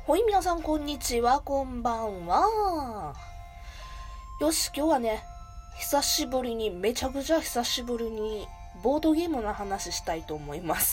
ほい、皆さんこんにちは、こんばんは。よし、今日はね、めちゃくちゃ久しぶりにボードゲームの話したいと思います。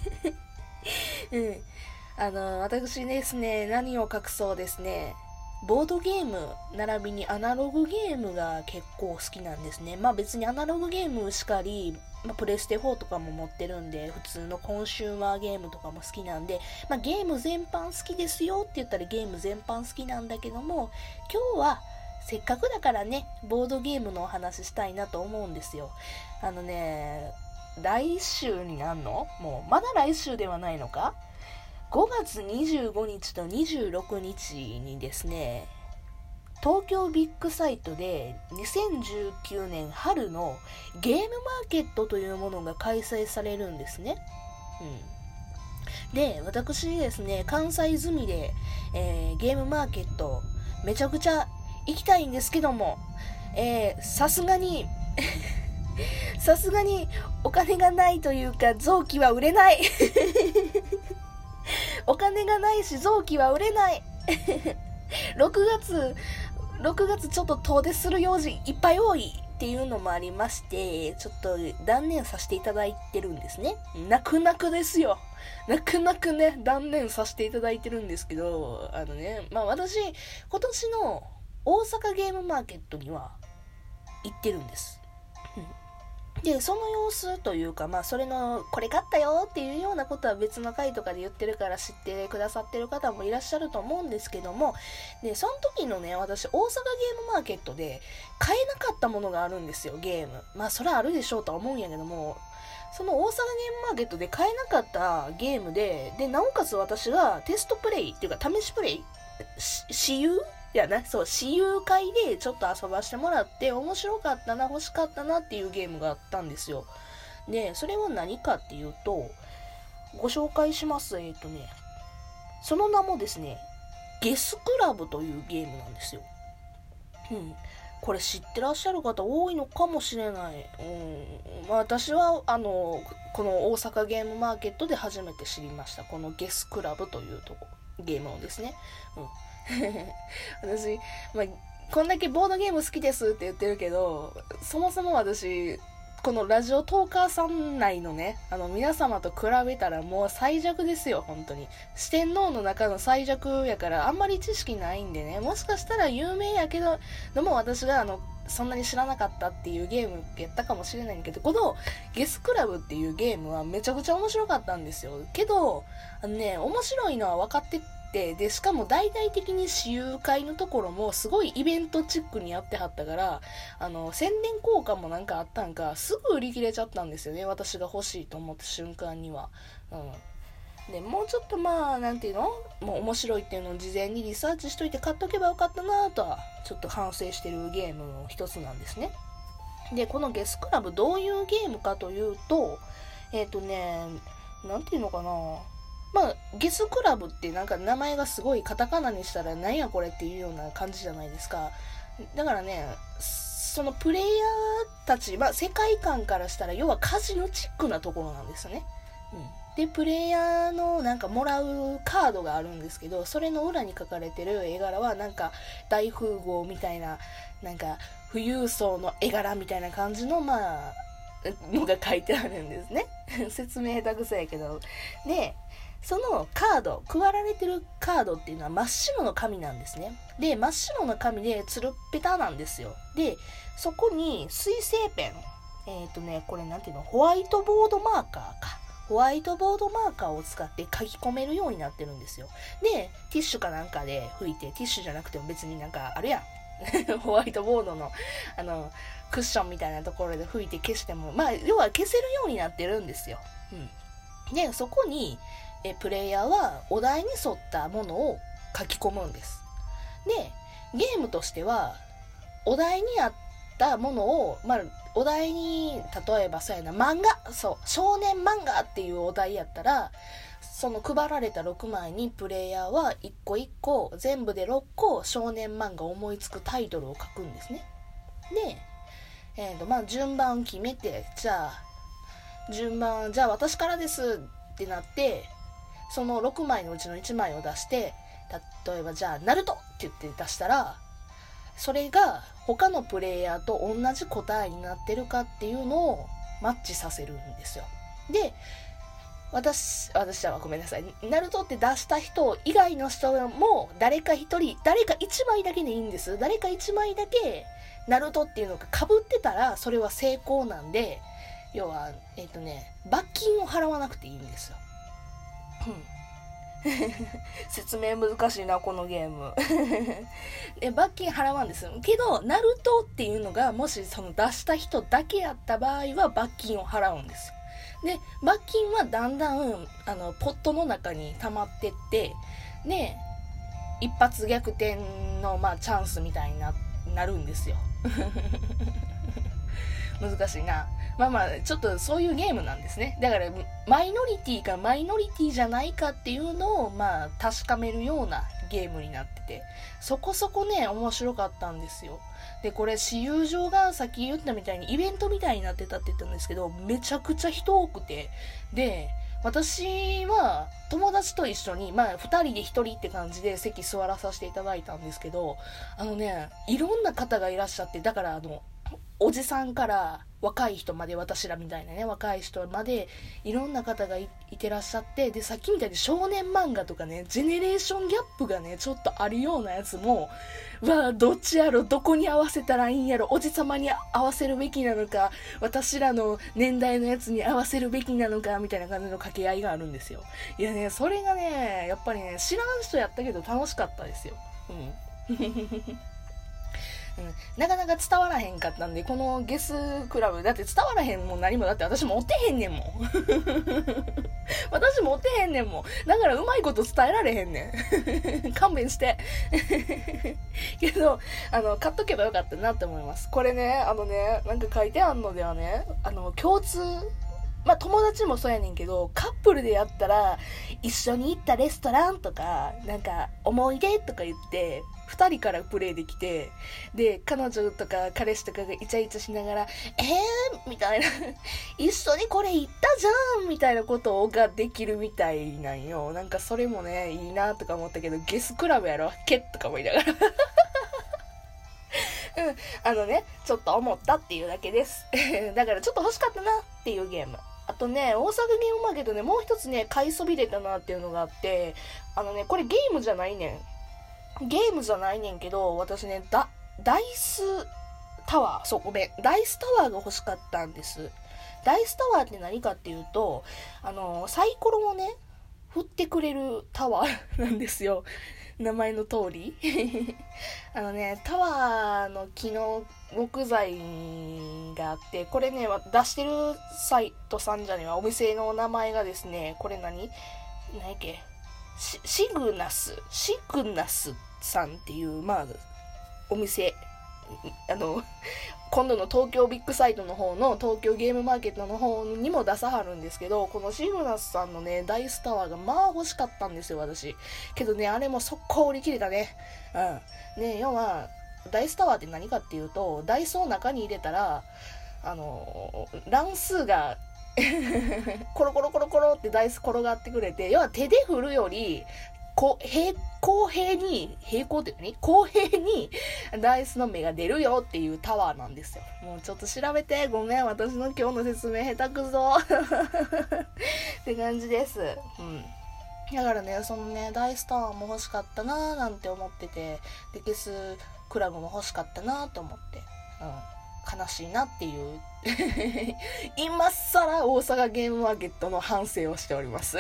私ですね、何を隠そうですね、ボードゲーム並びにアナログゲームが結構好きなんですね。まあ別にアナログゲームしかり、プレステ4とかも持ってるんで、普通のコンシューマーゲームとかも好きなんで、ゲーム全般好きですよって言ったらゲーム全般好きなんだけども、今日はせっかくだからね、ボードゲームのお話したいなと思うんですよ。来週になんの？もうまだ来週ではないのか？5月25日と26日にですね、東京ビッグサイトで2019年春のゲームマーケットというものが開催されるんですね。で、私ですね、関西済みで、ゲームマーケットめちゃくちゃ行きたいんですけども、さすがにお金がないというか臓器は売れないお金がないし臓器は売れない6月ちょっと遠出する用事いっぱい多いっていうのもありまして、ちょっと断念させていただいてるんですね。泣くね、断念させていただいてるんですけど、私、今年の大阪ゲームマーケットには行ってるんです。で、その様子というか、それの、これ買ったよっていうようなことは別の回とかで言ってるから知ってくださってる方もいらっしゃると思うんですけども、で、その時のね、私、大阪ゲームマーケットで買えなかったものがあるんですよ、ゲーム。それはあるでしょうとは思うんやけども、その大阪ゲームマーケットで買えなかったゲームで、なおかつ私がテストプレイっていうか、試しプレイ私有会でちょっと遊ばしてもらって面白かったな、欲しかったなっていうゲームがあったんですよ。で、それは何かっていうと、ご紹介します。その名もですね、ゲスクラブというゲームなんですよ。これ知ってらっしゃる方多いのかもしれない。私はこの大阪ゲームマーケットで初めて知りました。このゲスクラブというゲームをですね。私、こんだけボードゲーム好きですって言ってるけど、そもそも私、このラジオトーカーさん内のね、皆様と比べたらもう最弱ですよ、本当に。四天王の中の最弱やから、あんまり知識ないんでね、もしかしたら有名やけど、でも私がそんなに知らなかったっていうゲームやったかもしれないんだけど、このゲスクラブっていうゲームはめちゃくちゃ面白かったんですよ。けど、面白いのは分かってで、しかも大々的に私有会のところもすごいイベントチックにやってはったから、宣伝効果もなんかあったんか、すぐ売り切れちゃったんですよね。私が欲しいと思った瞬間には。で、もうちょっともう面白いっていうのを事前にリサーチしといて買っとけばよかったなとは、ちょっと反省してるゲームの一つなんですね。で、このゲスクラブどういうゲームかというと、なんていうのかな、ゲスクラブってなんか名前がすごいカタカナにしたら何やこれっていうような感じじゃないですか。だからね、そのプレイヤーたち、世界観からしたら要はカジノチックなところなんですよね。で、プレイヤーのなんかもらうカードがあるんですけど、それの裏に書かれてる絵柄はなんか大富豪みたいな、なんか富裕層の絵柄みたいな感じののが書いてあるんですね。説明下手くそやけど。で、そのカード、配られてるカードっていうのは真っ白の紙なんですね。で、真っ白の紙でつるっぺたなんですよ。で、そこに水性ペン、これなんていうの、ホワイトボードマーカーか。ホワイトボードマーカーを使って書き込めるようになってるんですよ。で、ティッシュかなんかで拭いて、ティッシュじゃなくても別になんかあるやん。ホワイトボードの、クッションみたいなところで拭いて消しても、要は消せるようになってるんですよ。で、そこに、プレイヤーはお題に沿ったものを書き込むんです。で、ゲームとしては、お題に合ったものを、お題に、例えばそうやな、少年漫画っていうお題やったら、その配られた6枚にプレイヤーは1個1個、全部で6個少年漫画思いつくタイトルを書くんですね。で、順番決めて、じゃあ私からですってなって、その6枚のうちの1枚を出して、 例えばじゃあナルトって言って出したら、それが他のプレイヤーと同じ答えになってるかっていうのをマッチさせるんですよ。で、私はごめんなさい、ナルトって出した人以外の人も誰か1枚だけでいいんです。誰か1枚だけナルトっていうのが被ってたらそれは成功なんで、要は罰金を払わなくていいんですよ。説明難しいなこのゲーム。で罰金払わんですけど、ナルトっていうのがもしその出した人だけやった場合は罰金を払うんですよ。で罰金はだんだんポットの中に溜まってって、で一発逆転のチャンスみたいになるんですよ。難しいな。ちょっとそういうゲームなんですね。だからマイノリティかマイノリティじゃないかっていうのを確かめるようなゲームになってて、そこそこね面白かったんですよ。でこれ私有場がさっき言ったみたいにイベントみたいになってたって言ったんですけど、めちゃくちゃ人多くて、で私は友達と一緒に2人で1人って感じで席座らさせていただいたんですけど、いろんな方がいらっしゃって、だからおじさんから若い人まで、私らみたいなね若い人までいろんな方が いてらっしゃって、でさっきみたいに少年漫画とかね、ジェネレーションギャップがねちょっとあるようなやつも、どっちやろ、どこに合わせたらいいんやろ、おじさまに合わせるべきなのか、私らの年代のやつに合わせるべきなのかみたいな感じの掛け合いがあるんですよ。いやね、それがねやっぱりね、知らん人やったけど楽しかったですよ。なかなか伝わらへんかったんで、このゲスクラブだって伝わらへんもん何も、だって私もおってへんねんもん。私もおってへんねんもん。だからうまいこと伝えられへんねん。勘弁して。けど買っとけばよかったなって思います。これねなんか書いてあんのではね、共通友達もそうやねんけど、カップルでやったら一緒に行ったレストランとかなんか思い出とか言って2人からプレイできて、で彼女とか彼氏とかがイチャイチャしながらみたいな一緒にこれ行ったじゃんみたいなことができるみたいなんよ。なんかそれもねいいなとか思ったけど、ゲスクラブやろケッとかも言いながらちょっと思ったっていうだけです。だからちょっと欲しかったなっていうゲーム。あとね、大阪ゲームマーケットね、もう一つね、買いそびれたなっていうのがあって、これゲームじゃないねんけど、私ね、ダイスタワー、ダイスタワーが欲しかったんです。ダイスタワーって何かっていうと、サイコロをね、振ってくれるタワーなんですよ。名前の通り。タワーの木の木材があって、これね、出してるサイトさんじゃねえわ、お店の名前がですね、これ何やっけ、シグナスさんっていう、お店、今度の東京ビッグサイトの方の東京ゲームマーケットの方にも出さはるんですけど、このシグナスさんのねダイスタワーが欲しかったんですよ私。けどね、あれも速攻売り切れたね。要はダイスタワーって何かっていうと、ダイスを中に入れたら乱数がコロコロコロコロってダイス転がってくれて、要は手で振るより公平にダイスの目が出るよっていうタワーなんですよ。もうちょっと調べてごめん、私の今日の説明下手くそって感じです。だからね、そのねダイスタワーも欲しかったなーなんて思ってて、でゲスクラブも欲しかったなと思って、悲しいなっていう今更大阪ゲームマーケットの反省をしております。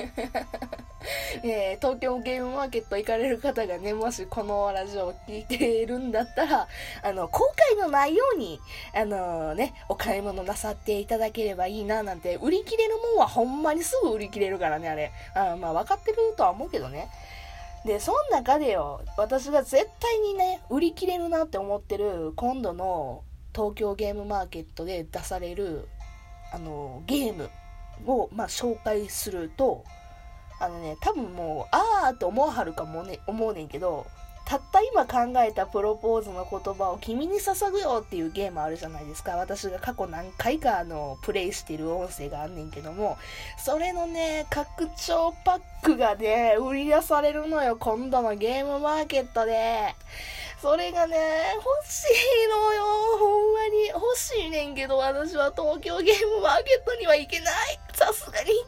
東京ゲームマーケット行かれる方がね、もしこのラジオを聞いてるんだったら後悔のないようにお買い物なさっていただければいいななんて。売り切れるもんはほんまにすぐ売り切れるからね、あれ分かってるとは思うけどね。でその中でよ、私が絶対にね売り切れるなって思ってる今度の東京ゲームマーケットで出されるゲームを紹介すると、多分もうと思わはるかもね思うねんけど、 たった今考えたプロポーズの言葉を君に捧ぐよっていうゲームあるじゃないですか。私が過去何回かプレイしてる音声があんねんけども、それのね、拡張パックがね、売り出されるのよ、今度のゲームマーケットで。それがね、欲しいのよ。ほんまに欲しいねんけど、私は東京ゲームマーケットには行けない。さすがに行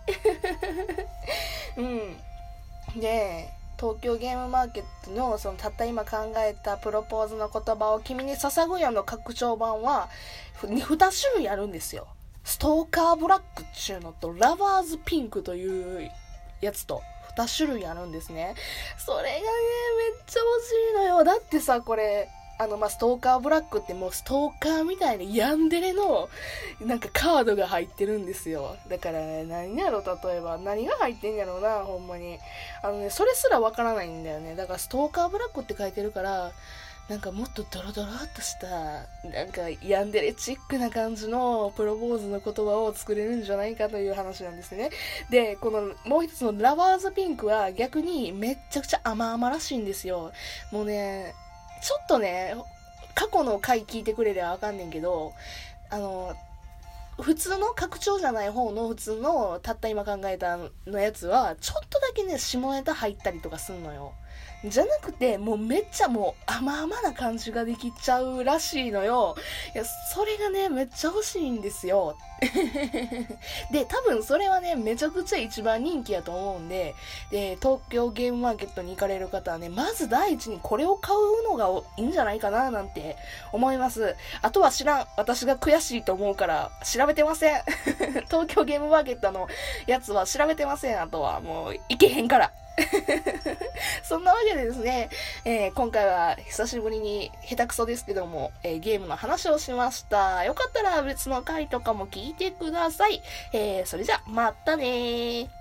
けない。で、東京ゲームマーケットのそのたった今考えたプロポーズの言葉を君に捧ぐよの拡張版は2種類あるんですよ。ストーカーブラックっていうのとラバーズピンクというやつと2種類あるんですね。それがね、めっちゃ欲しいのよ。だってさ、これストーカーブラックってもうストーカーみたいにヤンデレのなんかカードが入ってるんですよ。だからね、何やろ、例えば何が入ってんやろうな、ほんまにそれすらわからないんだよね。だからストーカーブラックって書いてるから、なんかもっとドロドロっとしたなんかヤンデレチックな感じのプロポーズの言葉を作れるんじゃないかという話なんですね。で、このもう一つのラバーズピンクは逆にめっちゃくちゃ甘々らしいんですよ。もうね、ちょっとね、過去の回聞いてくれればわかんねんけど、普通の拡張じゃない方の普通のたった今考えたのやつはちょっとだけね、下ネタ入ったりとかすんのよ。じゃなくて、もうめっちゃもう甘々な感じができちゃうらしいのよ。いや、それがね、めっちゃ欲しいんですよ。で、多分それはね、めちゃくちゃ一番人気やと思うんで、東京ゲームマーケットに行かれる方はね、まず第一にこれを買うのがいいんじゃないかななんて思います。あとは知らん。私が悔しいと思うから調べてません。東京ゲームマーケットのやつは調べてません。あとはもう行けへんから。そんなわけでですね、今回は久しぶりに下手くそですけども、ゲームの話をしました。よかったら別の回とかも聞いてください。それじゃまたねー。